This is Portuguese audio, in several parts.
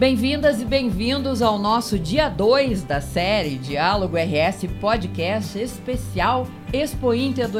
Bem-vindas e bem-vindos ao nosso dia 2 da série Diálogo RS Podcast Especial Expo Inter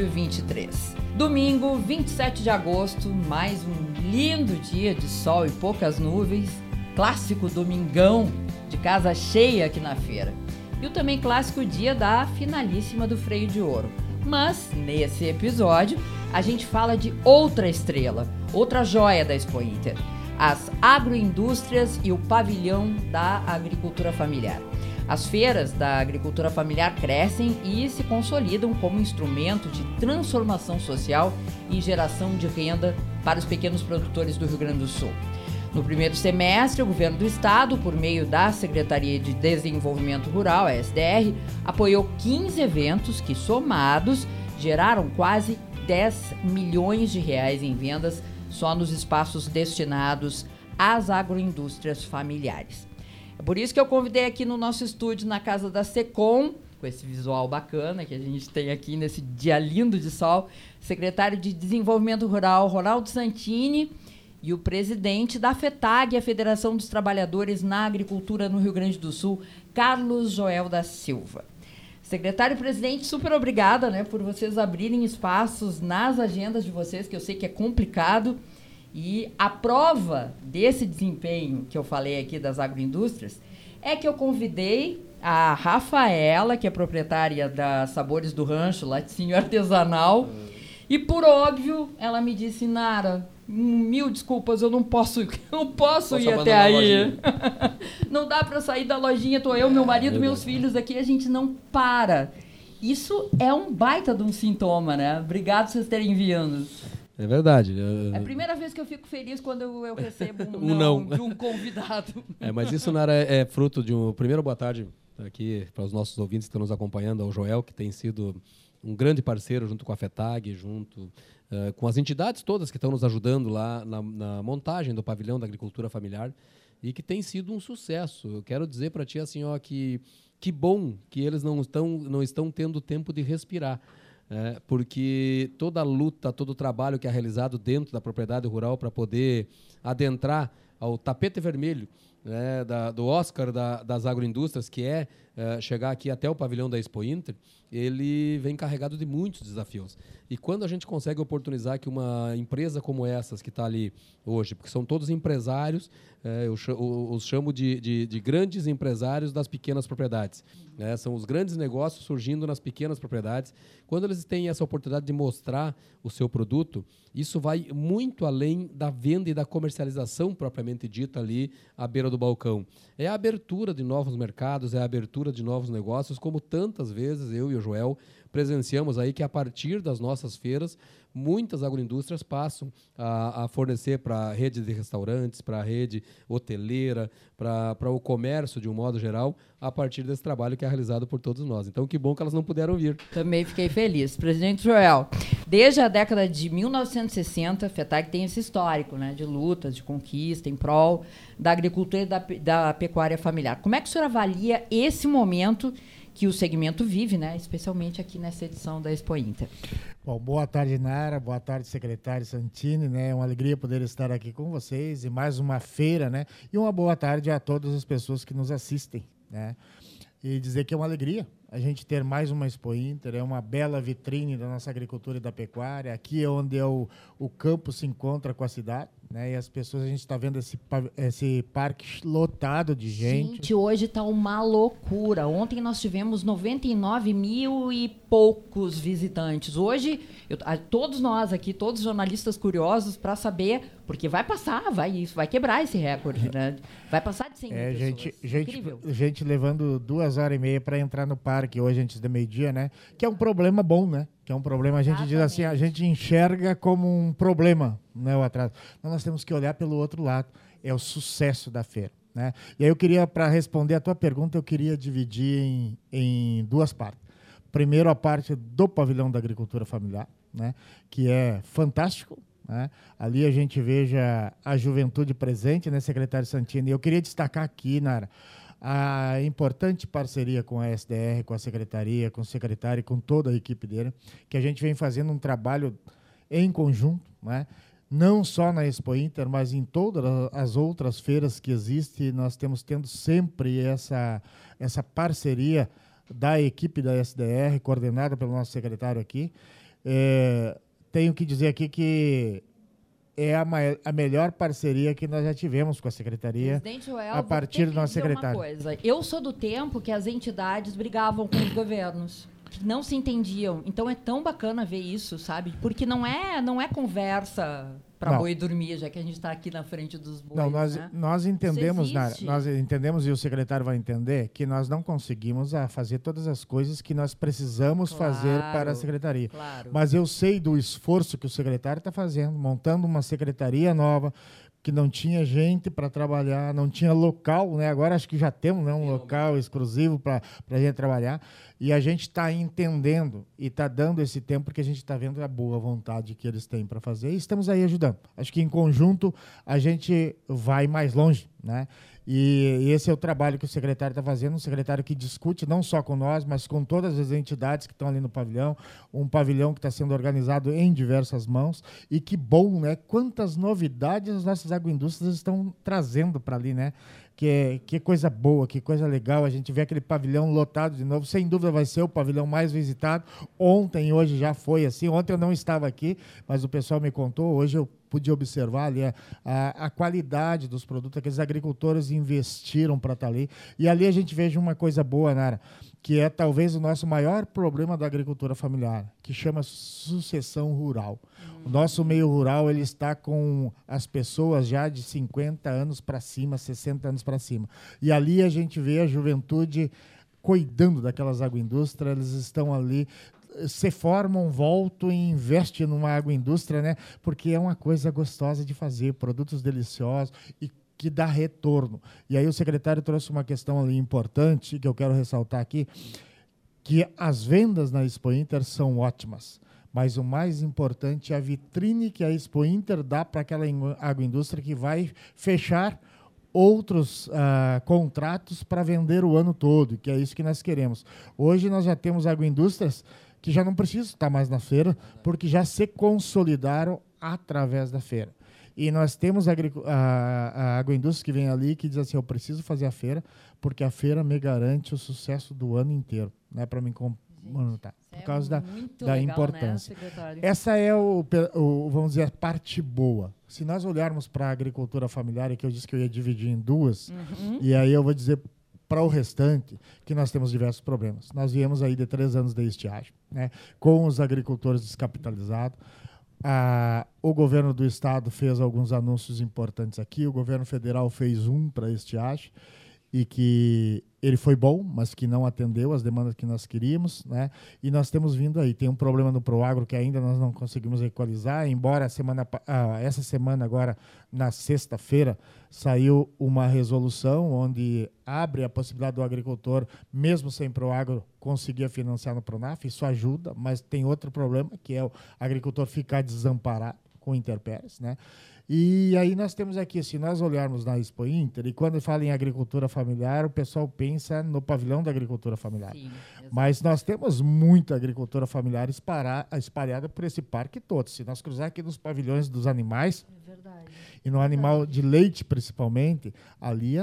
2023. Domingo, 27 de agosto, mais um lindo dia de sol e poucas nuvens, clássico domingão de casa cheia aqui na feira. E o também clássico dia da finalíssima do Freio de Ouro. Mas, nesse episódio, a gente fala de outra estrela, outra joia da Expo Inter. As agroindústrias e o pavilhão da agricultura familiar. As feiras da agricultura familiar crescem e se consolidam como instrumento de transformação social e geração de renda para os pequenos produtores do Rio Grande do Sul. No primeiro semestre, o governo do estado, por meio da Secretaria de Desenvolvimento Rural, a SDR, apoiou 15 eventos que, somados, geraram quase 10 milhões de reais em vendas só nos espaços destinados às agroindústrias familiares. É por isso que eu convidei aqui no nosso estúdio, na casa da Secom, com esse visual bacana que a gente tem aqui nesse dia lindo de sol, secretário de Desenvolvimento Rural, Ronaldo Santini, e o presidente da FETAG, a Federação dos Trabalhadores na Agricultura no Rio Grande do Sul, Carlos Joel da Silva. Secretário e presidente, super obrigada, por vocês abrirem espaços nas agendas de vocês, que eu sei que é complicado. E a prova desse desempenho que eu falei aqui das agroindústrias é que eu convidei a Rafaela, que é proprietária da Sabores do Rancho, laticínio artesanal. E, por óbvio, ela me disse: Nara, mil desculpas, eu não posso ir até aí. Não dá para sair da lojinha, tô eu, meu marido, meus filhos aqui, a gente não para. Isso é um baita de um sintoma, né? Obrigado por vocês terem vindo. É verdade. É a primeira vez que eu fico feliz quando eu recebo um não de um convidado. Mas isso, Nara, é fruto de um... Primeiro, boa tarde aqui para os nossos ouvintes que estão nos acompanhando, ao Joel, que tem sido um grande parceiro junto com a FETAG, junto com as entidades todas que estão nos ajudando lá na montagem do pavilhão da agricultura familiar e que tem sido um sucesso. Eu quero dizer para ti assim, que bom que eles não estão tendo tempo de respirar. Porque toda a luta, todo o trabalho que é realizado dentro da propriedade rural para poder adentrar ao tapete vermelho, do Oscar das agroindústrias, que é chegar aqui até o pavilhão da Expo Inter, ele vem carregado de muitos desafios. E quando a gente consegue oportunizar que uma empresa como essas que está ali hoje, porque são todos empresários, eu os chamo de grandes empresários das pequenas propriedades. São os grandes negócios surgindo nas pequenas propriedades. Quando eles têm essa oportunidade de mostrar o seu produto, isso vai muito além da venda e da comercialização propriamente dita ali à beira do balcão. É a abertura de novos mercados, é a abertura de novos negócios, como tantas vezes eu e o Joel presenciamos aí que a partir das nossas feiras, muitas agroindústrias passam a fornecer para a rede de restaurantes, para a rede hoteleira, para o comércio de um modo geral, a partir desse trabalho que é realizado por todos nós. Então, que bom que elas não puderam vir. Também fiquei feliz. Presidente Joel, desde a década de 1960, a FETAG tem esse histórico, de lutas, de conquista em prol da agricultura e da pecuária familiar. Como é que o senhor avalia esse momento que o segmento vive, especialmente aqui nessa edição da Expo Inter? Bom, boa tarde, Nara, boa tarde, secretário Santini, É uma alegria poder estar aqui com vocês e mais uma feira, E uma boa tarde a todas as pessoas que nos assistem, E dizer que é uma alegria a gente ter mais uma Expo Inter, é uma bela vitrine da nossa agricultura e da pecuária. Aqui é onde o campo se encontra com a cidade, E as pessoas, a gente está vendo esse parque lotado de gente. Gente, hoje está uma loucura. Ontem nós tivemos 99 mil e poucos visitantes. Hoje, todos nós aqui, todos os jornalistas curiosos para saber, porque vai passar, vai quebrar esse recorde, Vai passar de 100 mil pessoas. Gente levando 2h30 para entrar no parque hoje antes do meio-dia, Que é um problema bom, Que é um problema, a gente diz assim, a gente enxerga como um problema, o atraso. Então nós temos que olhar pelo outro lado, é o sucesso da feira, E aí eu queria, para responder a tua pergunta, eu queria dividir em duas partes. Primeiro, a parte do pavilhão da agricultura familiar, que é fantástico, Ali a gente veja a juventude presente, secretário Santini. Eu queria destacar aqui, Nara, a importante parceria com a SDR, com a secretaria, com o secretário e com toda a equipe dele, que a gente vem fazendo um trabalho em conjunto, não só na Expo Inter, mas em todas as outras feiras que existem, nós temos tendo sempre essa parceria da equipe da SDR, coordenada pelo nosso secretário aqui. Tenho que dizer aqui que é a melhor parceria que nós já tivemos com a Secretaria. Presidente Joel, a partir do nosso secretário. Uma coisa. Eu sou do tempo que as entidades brigavam com os governos, que não se entendiam. Então é tão bacana ver isso, sabe? Porque não é conversa para boi dormir, já que a gente está aqui na frente dos bois. Não, nós entendemos, Nara, existe. nós entendemos, e o secretário vai entender, que nós não conseguimos fazer todas as coisas que nós precisamos fazer para a secretaria. Claro. Mas eu sei do esforço que o secretário está fazendo, montando uma secretaria nova, que não tinha gente para trabalhar, não tinha local, né? Agora acho que já temos, né, um local exclusivo para a gente trabalhar. E a gente está entendendo e está dando esse tempo porque a gente está vendo a boa vontade que eles têm para fazer e estamos aí ajudando. Acho que em conjunto a gente vai mais longe, né? E esse é o trabalho que o secretário está fazendo, um secretário que discute não só com nós, mas com todas as entidades que estão ali no pavilhão, um pavilhão que está sendo organizado em diversas mãos, e que bom, né? Quantas novidades as nossas agroindústrias estão trazendo para ali, né? Que coisa boa, que coisa legal, a gente vê aquele pavilhão lotado de novo, sem dúvida vai ser o pavilhão mais visitado. Ontem e hoje já foi assim, ontem eu não estava aqui, mas o pessoal me contou, hoje eu pude observar ali a qualidade dos produtos, aqueles agricultores investiram para estar ali, e ali a gente veja uma coisa boa, Nara, que é talvez o nosso maior problema da agricultura familiar, que chama sucessão rural. O nosso meio rural ele está com as pessoas já de 50 anos para cima, 60 anos para cima. E ali a gente vê a juventude cuidando daquelas agroindústrias, eles estão ali, se formam, voltam e investem numa agroindústria, né? Porque é uma coisa gostosa de fazer, produtos deliciosos e que dá retorno. E aí o secretário trouxe uma questão ali importante, que eu quero ressaltar aqui, que as vendas na Expo Inter são ótimas, mas o mais importante é a vitrine que a Expo Inter dá para aquela agroindústria que vai fechar outros contratos para vender o ano todo, que é isso que nós queremos. Hoje nós já temos agroindústrias que já não precisam estar mais na feira, porque já se consolidaram através da feira. E nós temos a agroindústria que vem ali que diz assim, eu preciso fazer a feira, porque a feira me garante o sucesso do ano inteiro, né, para mim montar, por causa da importância. Né, essa é vamos dizer, a parte boa. Se nós olharmos para a agricultura familiar, e que eu disse que eu ia dividir em duas, e aí eu vou dizer para o restante que nós temos diversos problemas. Nós viemos aí de 3 anos de estiagem, né, com os agricultores descapitalizados. O governo do estado fez alguns anúncios importantes aqui, o governo federal fez um para estiagem, e que ele foi bom, mas que não atendeu as demandas que nós queríamos, né? E nós temos vindo aí. Tem um problema no Proagro que ainda nós não conseguimos equalizar, embora essa semana agora, na sexta-feira, saiu uma resolução onde abre a possibilidade do agricultor, mesmo sem Proagro, conseguir financiar no Pronaf. Isso ajuda, mas tem outro problema, que é o agricultor ficar desamparado com intempéries, né? E aí nós temos aqui, se nós olharmos na Expo Inter, e quando fala em agricultura familiar, o pessoal pensa no pavilhão da agricultura familiar. Sim, mas nós temos muita agricultura familiar espalhada por esse parque todo. Se nós cruzar aqui nos pavilhões dos animais, e no animal de leite principalmente, ali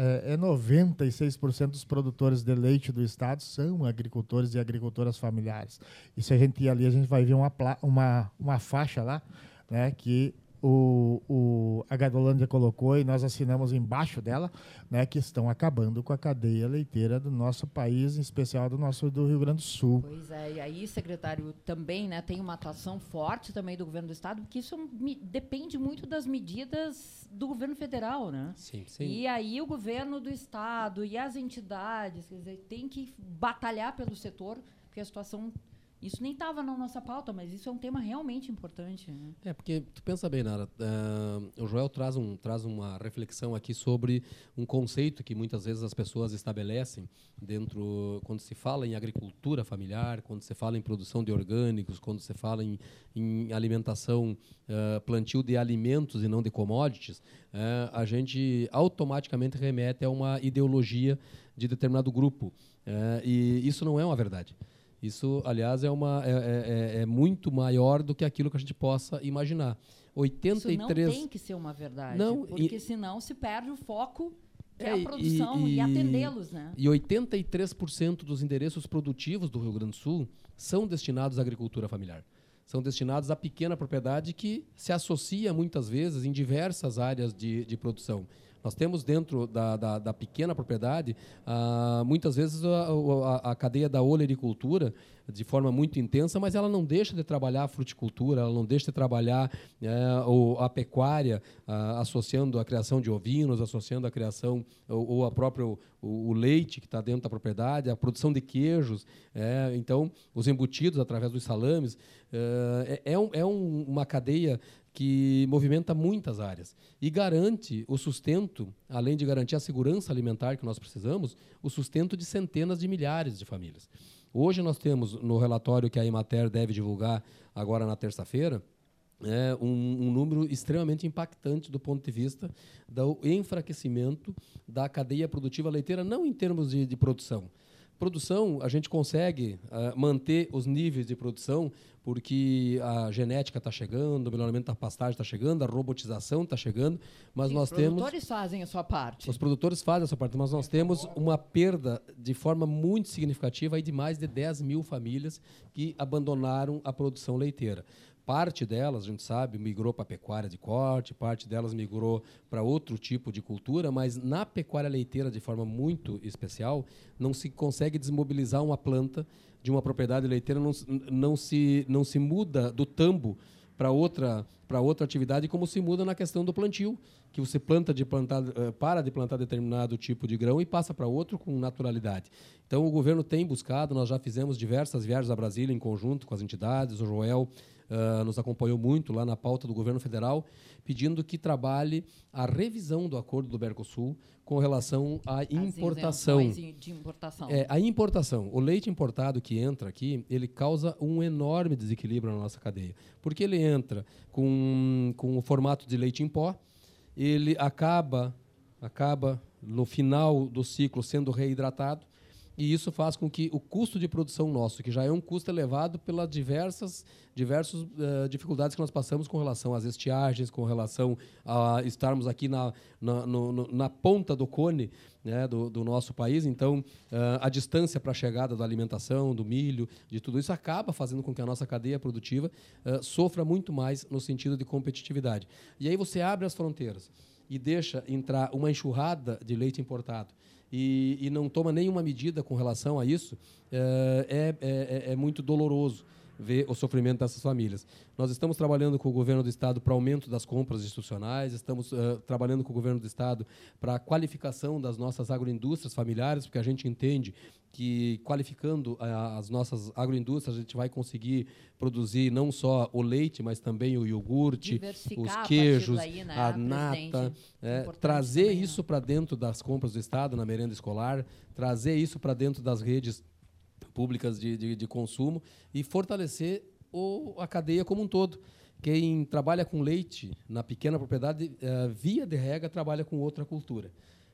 96% dos produtores de leite do estado são agricultores e agricultoras familiares. E se a gente ir ali, a gente vai ver uma faixa lá, né, que a Gadolândia colocou e nós assinamos embaixo dela, né, que estão acabando com a cadeia leiteira do nosso país, em especial do Rio Grande do Sul. Pois é, e aí, secretário, também, né, tem uma atuação forte também do governo do estado, porque isso depende muito das medidas do governo federal, né? Sim, sim. E aí o governo do estado e as entidades, quer dizer, tem que batalhar pelo setor, porque a situação... Isso nem estava na nossa pauta, mas isso é um tema realmente importante, né? Porque tu pensa bem, Nara, o Joel traz uma reflexão aqui sobre um conceito que muitas vezes as pessoas estabelecem quando se fala em agricultura familiar, quando se fala em produção de orgânicos, quando se fala em alimentação, plantio de alimentos e não de commodities, a gente automaticamente remete a uma ideologia de determinado grupo. E isso não é uma verdade. Isso, aliás, é muito maior do que aquilo que a gente possa imaginar. 83... Isso não tem que ser uma verdade, não, porque senão se perde o foco que é a produção e atendê-los, né? E 83% dos endereços produtivos do Rio Grande do Sul são destinados à agricultura familiar. São destinados à pequena propriedade que se associa muitas vezes em diversas áreas de produção. Nós temos dentro da pequena propriedade, muitas vezes, a cadeia da olericultura de forma muito intensa, mas ela não deixa de trabalhar a fruticultura, ela não deixa de trabalhar a pecuária, associando a criação de ovinos, associando a criação, ou a própria, o leite que está dentro da propriedade, a produção de queijos, então, os embutidos através dos salames. Uma cadeia que movimenta muitas áreas e garante o sustento, além de garantir a segurança alimentar que nós precisamos, o sustento de centenas de milhares de famílias. Hoje nós temos, no relatório que a Emater deve divulgar agora na terça-feira, um número extremamente impactante do ponto de vista do enfraquecimento da cadeia produtiva leiteira, não em termos de produção. Produção, a gente consegue manter os níveis de produção porque a genética está chegando, o melhoramento da pastagem está chegando, a robotização está chegando, mas nós temos... Os produtores fazem a sua parte. Os produtores fazem a sua parte, mas nós temos uma perda de forma muito significativa aí de mais de 10 mil famílias que abandonaram a produção leiteira. Parte delas, a gente sabe, migrou para a pecuária de corte, parte delas migrou para outro tipo de cultura, mas na pecuária leiteira, de forma muito especial, não se consegue desmobilizar uma planta de uma propriedade leiteira, não se muda do tambo para outra atividade, como se muda na questão do plantio, que você para de plantar determinado tipo de grão e passa para outro com naturalidade. Então, o governo tem buscado, nós já fizemos diversas viagens a Brasília em conjunto com as entidades, o Joel nos acompanhou muito lá na pauta do governo federal, pedindo que trabalhe a revisão do acordo do Mercosul com relação à importação. De importação. A importação. O leite importado que entra aqui, ele causa um enorme desequilíbrio na nossa cadeia, porque ele entra com o formato de leite em pó, ele acaba no final do ciclo sendo reidratado, e isso faz com que o custo de produção nosso, que já é um custo elevado pelas diversas dificuldades que nós passamos com relação às estiagens, com relação a estarmos aqui na ponta do cone, né, do nosso país. Então, a distância para a chegada da alimentação, do milho, de tudo isso, acaba fazendo com que a nossa cadeia produtiva sofra muito mais no sentido de competitividade. E aí você abre as fronteiras e deixa entrar uma enxurrada de leite importado, e não toma nenhuma medida com relação a isso, é muito doloroso ver o sofrimento dessas famílias. Nós estamos trabalhando com o governo do Estado para aumento das compras institucionais, estamos trabalhando com o governo do Estado para a qualificação das nossas agroindústrias familiares, porque a gente entende que, qualificando as nossas agroindústrias, a gente vai conseguir produzir não só o leite, mas também o iogurte, os queijos, daí, né, a nata, trazer também, isso para dentro das compras do Estado, na merenda escolar, trazer isso para dentro das redes públicas de consumo e fortalecer a cadeia como um todo. Quem trabalha com leite na pequena propriedade, via de regra, trabalha com outra cultura.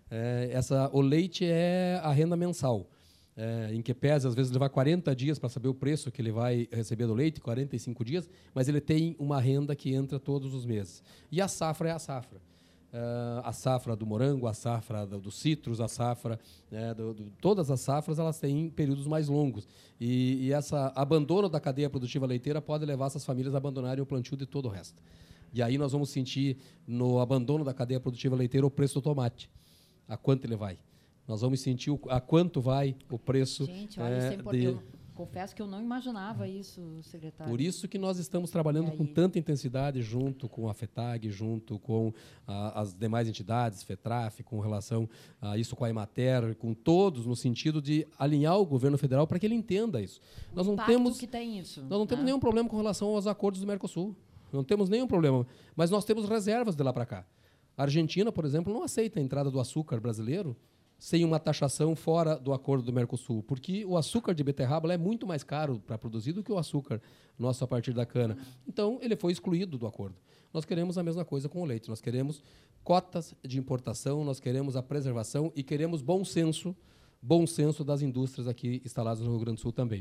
O leite é a renda mensal, em que pesa, às vezes, levar 40 dias para saber o preço que ele vai receber do leite, 45 dias, mas ele tem uma renda que entra todos os meses. E a safra é a safra. A safra do morango, a safra dos citros, a safra... todas as safras elas têm períodos mais longos. E esse abandono da cadeia produtiva leiteira pode levar essas famílias a abandonarem o plantio de todo o resto. E aí nós vamos sentir, no abandono da cadeia produtiva leiteira, o preço do tomate. A quanto ele vai? Nós vamos sentir a quanto vai o preço... Gente, olha, isso é importante. Confesso que eu não imaginava isso, secretário. Por isso que nós estamos trabalhando com tanta intensidade junto com a FETAG, junto com as demais entidades, FETRAF, com relação a isso com a Emater, com todos, no sentido de alinhar o governo federal para que ele entenda isso. Nós não temos que tem isso. Nós não temos nenhum problema com relação aos acordos do Mercosul. Não temos nenhum problema. Mas nós temos reservas de lá para cá. A Argentina, por exemplo, não aceita a entrada do açúcar brasileiro sem uma taxação fora do acordo do Mercosul, porque o açúcar de beterraba é muito mais caro para produzir do que o açúcar nosso a partir da cana. Então, ele foi excluído do acordo. Nós queremos a mesma coisa com o leite. Nós queremos cotas de importação, nós queremos a preservação e queremos bom senso das indústrias aqui instaladas no Rio Grande do Sul também.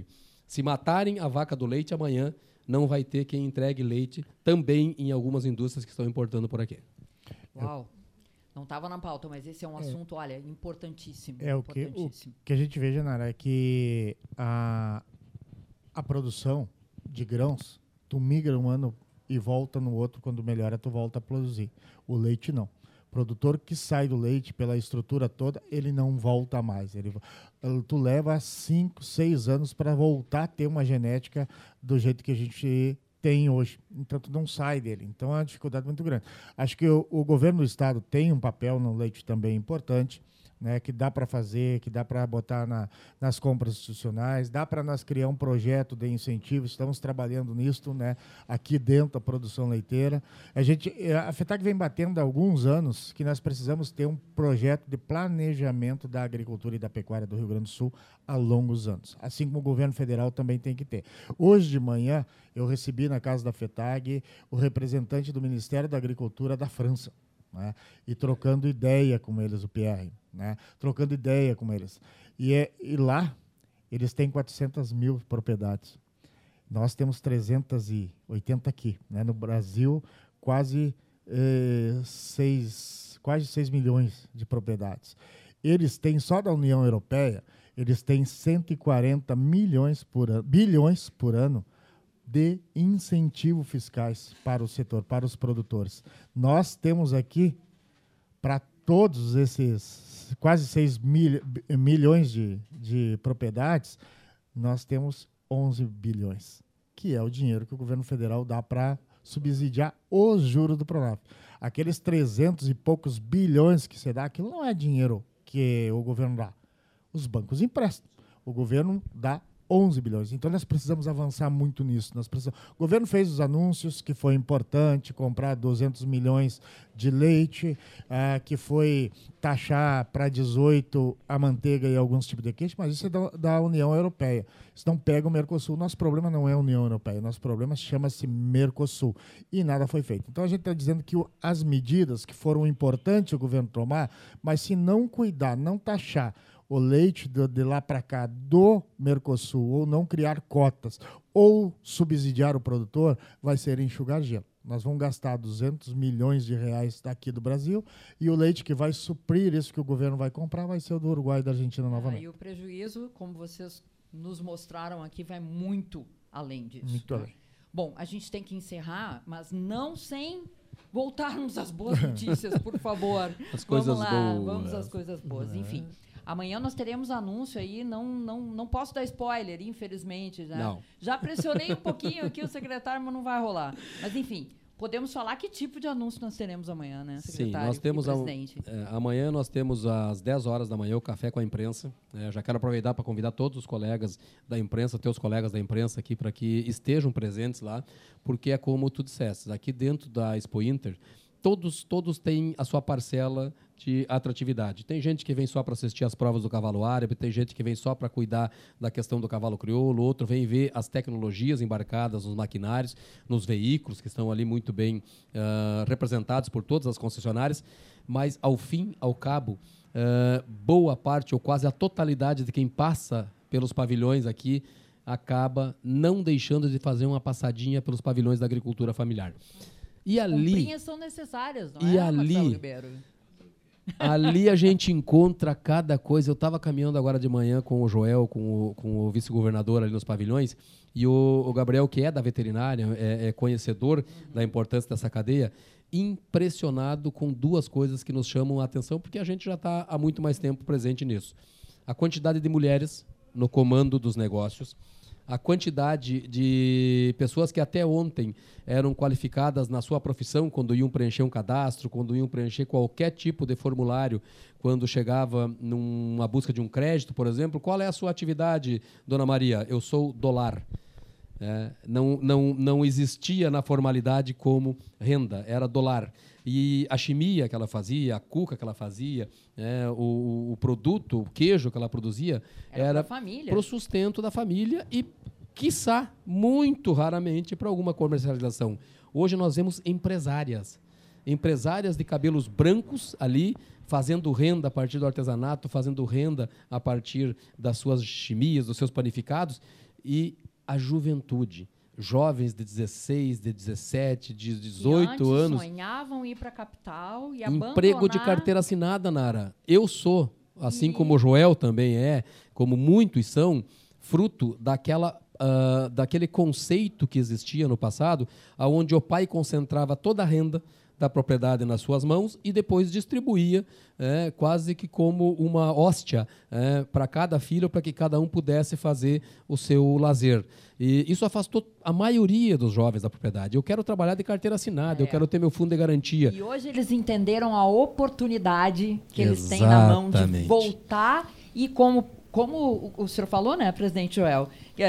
Se matarem a vaca do leite, amanhã não vai ter quem entregue leite também em algumas indústrias que estão importando por aqui. Uau! Não estava na pauta, mas esse é um assunto, olha, importantíssimo. O que a gente vê, Janara, é que a produção de grãos, tu migra um ano e volta no outro, quando melhora, tu volta a produzir. O leite, não. O produtor que sai do leite pela estrutura toda, ele não volta mais. Tu leva 5, 6 anos para voltar a ter uma genética do jeito que a gente tem hoje. Então, tu não sai dele. Então, é uma dificuldade muito grande. Acho que o governo do estado tem um papel no leite também importante, né, que dá para fazer, que dá para botar nas compras institucionais, dá para nós criar um projeto de incentivo, estamos trabalhando nisso, né, aqui dentro da produção leiteira. A FETAG vem batendo há alguns anos que nós precisamos ter um projeto de planejamento da agricultura e da pecuária do Rio Grande do Sul a longos anos, assim como o governo federal também tem que ter. Hoje de manhã, eu recebi na casa da FETAG o representante do Ministério da Agricultura da França, né, e trocando ideia com eles, o Pierre, né, trocando ideia com eles. E lá, eles têm 400 mil propriedades. Nós temos 380 aqui. Né, no Brasil, quase 6 milhões de propriedades. Eles têm, só da União Europeia, eles têm 140 bilhões por ano de incentivos fiscais para o setor, para os produtores. Nós temos aqui, para todos esses quase 6 milhões de propriedades, nós temos 11 bilhões, que é o dinheiro que o governo federal dá para subsidiar os juros do Pronaf. Aqueles 300 e poucos bilhões que você dá, aquilo não é dinheiro que o governo dá. Os bancos emprestam. O governo dá 11 bilhões. Então, nós precisamos avançar muito nisso. O governo fez os anúncios, que foi importante, comprar 200 milhões de leite, que foi taxar para 18 a manteiga e alguns tipos de queijo, mas isso é da União Europeia. Isso não pega o Mercosul. Nosso problema não é a União Europeia. Nosso problema chama-se Mercosul. E nada foi feito. Então, a gente está dizendo que as medidas que foram importantes o governo tomar, mas se não cuidar, não taxar o leite de lá para cá do Mercosul, ou não criar cotas, ou subsidiar o produtor, vai ser enxugar gelo. Nós vamos gastar 200 milhões de reais daqui do Brasil, e o leite que vai suprir isso que o governo vai comprar vai ser o do Uruguai e da Argentina novamente. E o prejuízo, como vocês nos mostraram aqui, vai muito além disso. Muito além. Bom, a gente tem que encerrar, mas não sem voltarmos às boas notícias, por favor. As coisas boas. Vamos às coisas boas. Enfim. Amanhã nós teremos anúncio aí, não posso dar spoiler, infelizmente. Né? Não. Já pressionei um pouquinho aqui o secretário, mas não vai rolar. Mas, enfim, podemos falar que tipo de anúncio nós teremos amanhã, né, secretário? Sim, nós temos presidente? Amanhã nós temos às 10 horas da manhã o Café com a Imprensa. Já quero aproveitar para convidar todos os colegas da imprensa, teus colegas da imprensa aqui, para que estejam presentes lá, porque é como tu disseste, aqui dentro da Expo Inter, todos têm a sua parcela de atratividade. Tem gente que vem só para assistir às provas do cavalo árabe, tem gente que vem só para cuidar da questão do cavalo crioulo, outro vem ver as tecnologias embarcadas nos maquinários, nos veículos, que estão ali muito bem representados por todas as concessionárias, mas, ao fim, ao cabo, boa parte ou quase a totalidade de quem passa pelos pavilhões aqui acaba não deixando de fazer uma passadinha pelos pavilhões da agricultura familiar. E ali, comprinhas são necessárias, não é, Marcelo Ribeiro? Ali a gente encontra cada coisa. Eu estava caminhando agora de manhã com o Joel, com o vice-governador ali nos pavilhões, e o Gabriel, que é da veterinária, é conhecedor da importância dessa cadeia, impressionado com duas coisas que nos chamam a atenção, porque a gente já está há muito mais tempo presente nisso. A quantidade de mulheres no comando dos negócios, a quantidade de pessoas que até ontem eram qualificadas na sua profissão, quando iam preencher um cadastro, quando iam preencher qualquer tipo de formulário, quando chegava numa busca de um crédito, por exemplo. Qual é a sua atividade, dona Maria? Eu sou dolar. Não existia na formalidade como renda, era dolar. E a chimia que ela fazia, a cuca que ela fazia, o produto, o queijo que ela produzia, era para o sustento da família e, quiçá, muito raramente para alguma comercialização. Hoje nós vemos empresárias de cabelos brancos ali, fazendo renda a partir do artesanato, fazendo renda a partir das suas chimias, dos seus panificados. e a juventude. Jovens de 16, de 17, de 18 anos. Sonhavam ir para a capital e emprego de carteira assinada, Nara. Eu sou, assim como o Joel também como muitos são, fruto daquele conceito que existia no passado, onde o pai concentrava toda a renda da propriedade nas suas mãos e depois distribuía quase que como uma hóstia para cada filho, para que cada um pudesse fazer o seu lazer. E isso afastou a maioria dos jovens da propriedade. Eu quero trabalhar de carteira assinada, eu quero ter meu fundo de garantia. E hoje eles entenderam a oportunidade que eles têm na mão de voltar e como o senhor falou, né, presidente Joel,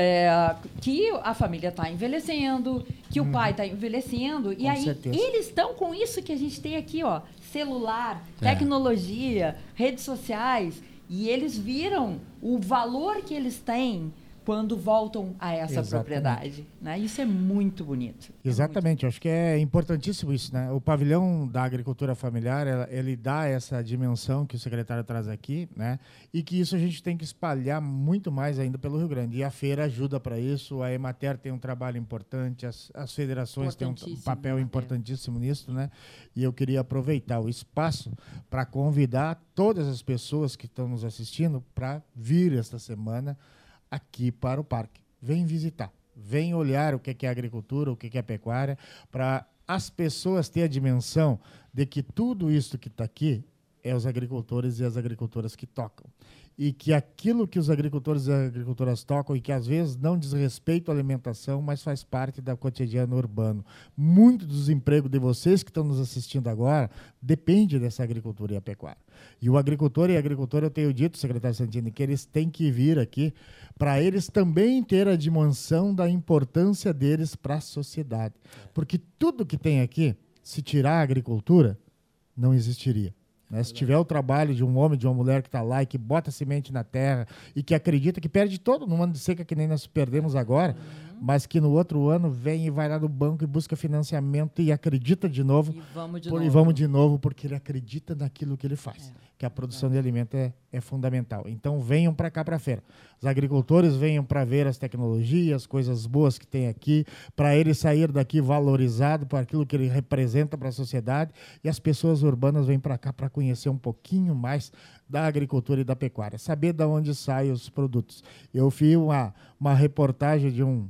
que a família está envelhecendo, que o pai está envelhecendo, e aí certeza. Eles estão com isso que a gente tem aqui, ó, celular, tecnologia, redes sociais, e eles viram o valor que eles têm quando voltam a essa propriedade. Né? Isso é muito bonito. Exatamente, acho que é importantíssimo isso. Né? O pavilhão da agricultura familiar, ele dá essa dimensão que o secretário traz aqui, né? E que isso a gente tem que espalhar muito mais ainda pelo Rio Grande. E a feira ajuda para isso, a Emater tem um trabalho importante, as federações têm um papel importantíssimo nisso. Né? E eu queria aproveitar o espaço para convidar todas as pessoas que estão nos assistindo para vir esta semana aqui para o parque. Vem visitar, vem olhar o que é agricultura, o que é pecuária, para as pessoas terem a dimensão de que tudo isso que está aqui é os agricultores e as agricultoras que tocam. E que aquilo que os agricultores e as agricultoras tocam e que às vezes não diz respeito à alimentação, mas faz parte do cotidiano urbano. Muito dos empregos de vocês que estão nos assistindo agora depende dessa agricultura e a pecuária. E o agricultor e a agricultora, eu tenho dito, secretário Santini, que eles têm que vir aqui para eles também ter a dimensão da importância deles para a sociedade. Porque tudo que tem aqui, se tirar a agricultura, não existiria. Né? Se tiver o trabalho de um homem, de uma mulher que está lá e que bota semente na terra e que acredita que perde todo no ano de seca, que nem nós perdemos agora, mas que no outro ano vem e vai lá no banco e busca financiamento e acredita de novo. E vamos de novo, porque ele acredita naquilo que ele faz. Que a produção de alimento é fundamental. Então venham para cá, para a feira. Os agricultores venham para ver as tecnologias, coisas boas que tem aqui, para ele sair daqui valorizado por aquilo que ele representa para a sociedade, e as pessoas urbanas vêm para cá para conhecer um pouquinho mais da agricultura e da pecuária, saber de onde saem os produtos. Eu fiz uma reportagem de um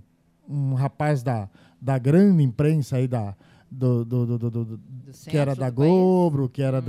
rapaz da grande imprensa aí que era da Globo, que era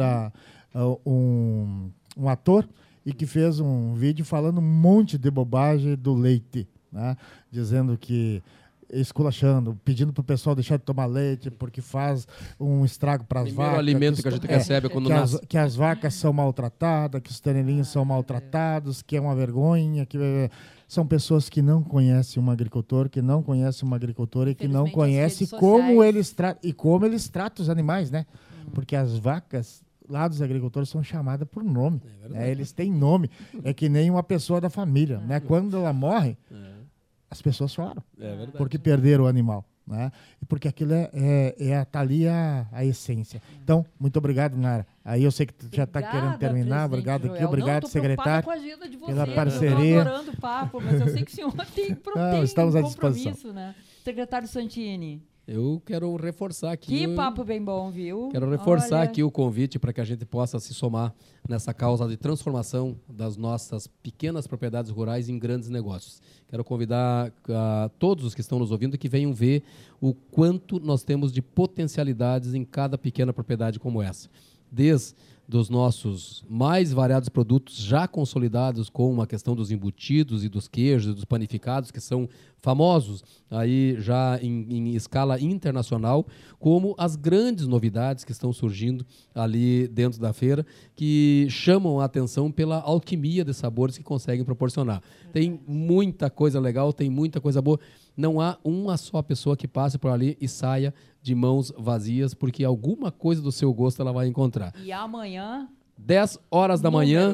um ator, e que fez um vídeo falando um monte de bobagem do leite, né? Dizendo que, esculachando, pedindo para o pessoal deixar de tomar leite porque faz um estrago para as vacas. O alimento que a gente recebe quando nasce. Que as vacas são maltratadas, que os ternelinhos são maltratados, que é uma vergonha, que são pessoas que não conhecem um agricultor, que não conhecem uma agricultora e que não conhecem como eles tratam os animais, né? Porque as vacas lá dos agricultores são chamadas por nome. Eles têm nome. É que nem uma pessoa da família. Né? Quando ela morre, as pessoas choram. Porque perderam o animal. Né? E porque aquilo tá ali a essência. Então, muito obrigado, Nara. Aí eu sei que tu já está querendo terminar. Obrigado aqui. Obrigado, secretário, com a agenda de vocês, pela parceria. Eu tô adorando o papo, mas eu sei que o senhor tem estamos um à disposição. né? Secretário Santini. Eu quero reforçar aqui... Que papo bem bom, viu? Quero reforçar aqui o convite para que a gente possa se somar nessa causa de transformação das nossas pequenas propriedades rurais em grandes negócios. Quero convidar todos os que estão nos ouvindo que venham ver o quanto nós temos de potencialidades em cada pequena propriedade como essa. Desde dos nossos mais variados produtos já consolidados com a questão dos embutidos e dos queijos e dos panificados, que são famosos aí já em escala internacional, como as grandes novidades que estão surgindo ali dentro da feira, que chamam a atenção pela alquimia de sabores que conseguem proporcionar. Tem muita coisa legal, tem muita coisa boa. Não há uma só pessoa que passe por ali e saia de mãos vazias, porque alguma coisa do seu gosto ela vai encontrar. E amanhã... 10 horas da manhã,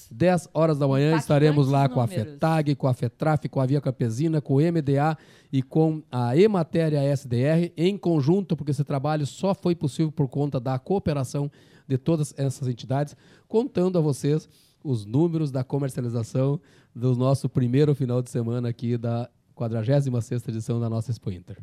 estaremos lá com a FETAG, com a FETRAF, com a Via Campesina, com o MDA e com a Emater e a SDR, em conjunto, porque esse trabalho só foi possível por conta da cooperação de todas essas entidades, contando a vocês os números da comercialização do nosso primeiro final de semana aqui da 46ª edição da nossa Expo Inter.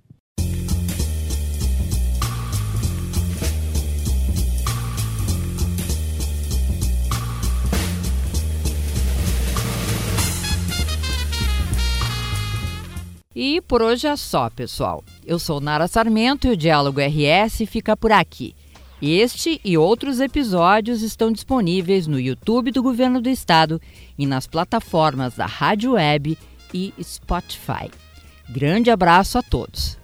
E por hoje é só, pessoal. Eu sou Nara Sarmento e o Diálogo RS fica por aqui. Este e outros episódios estão disponíveis no YouTube do Governo do Estado e nas plataformas da Rádio Web e Spotify. Grande abraço a todos!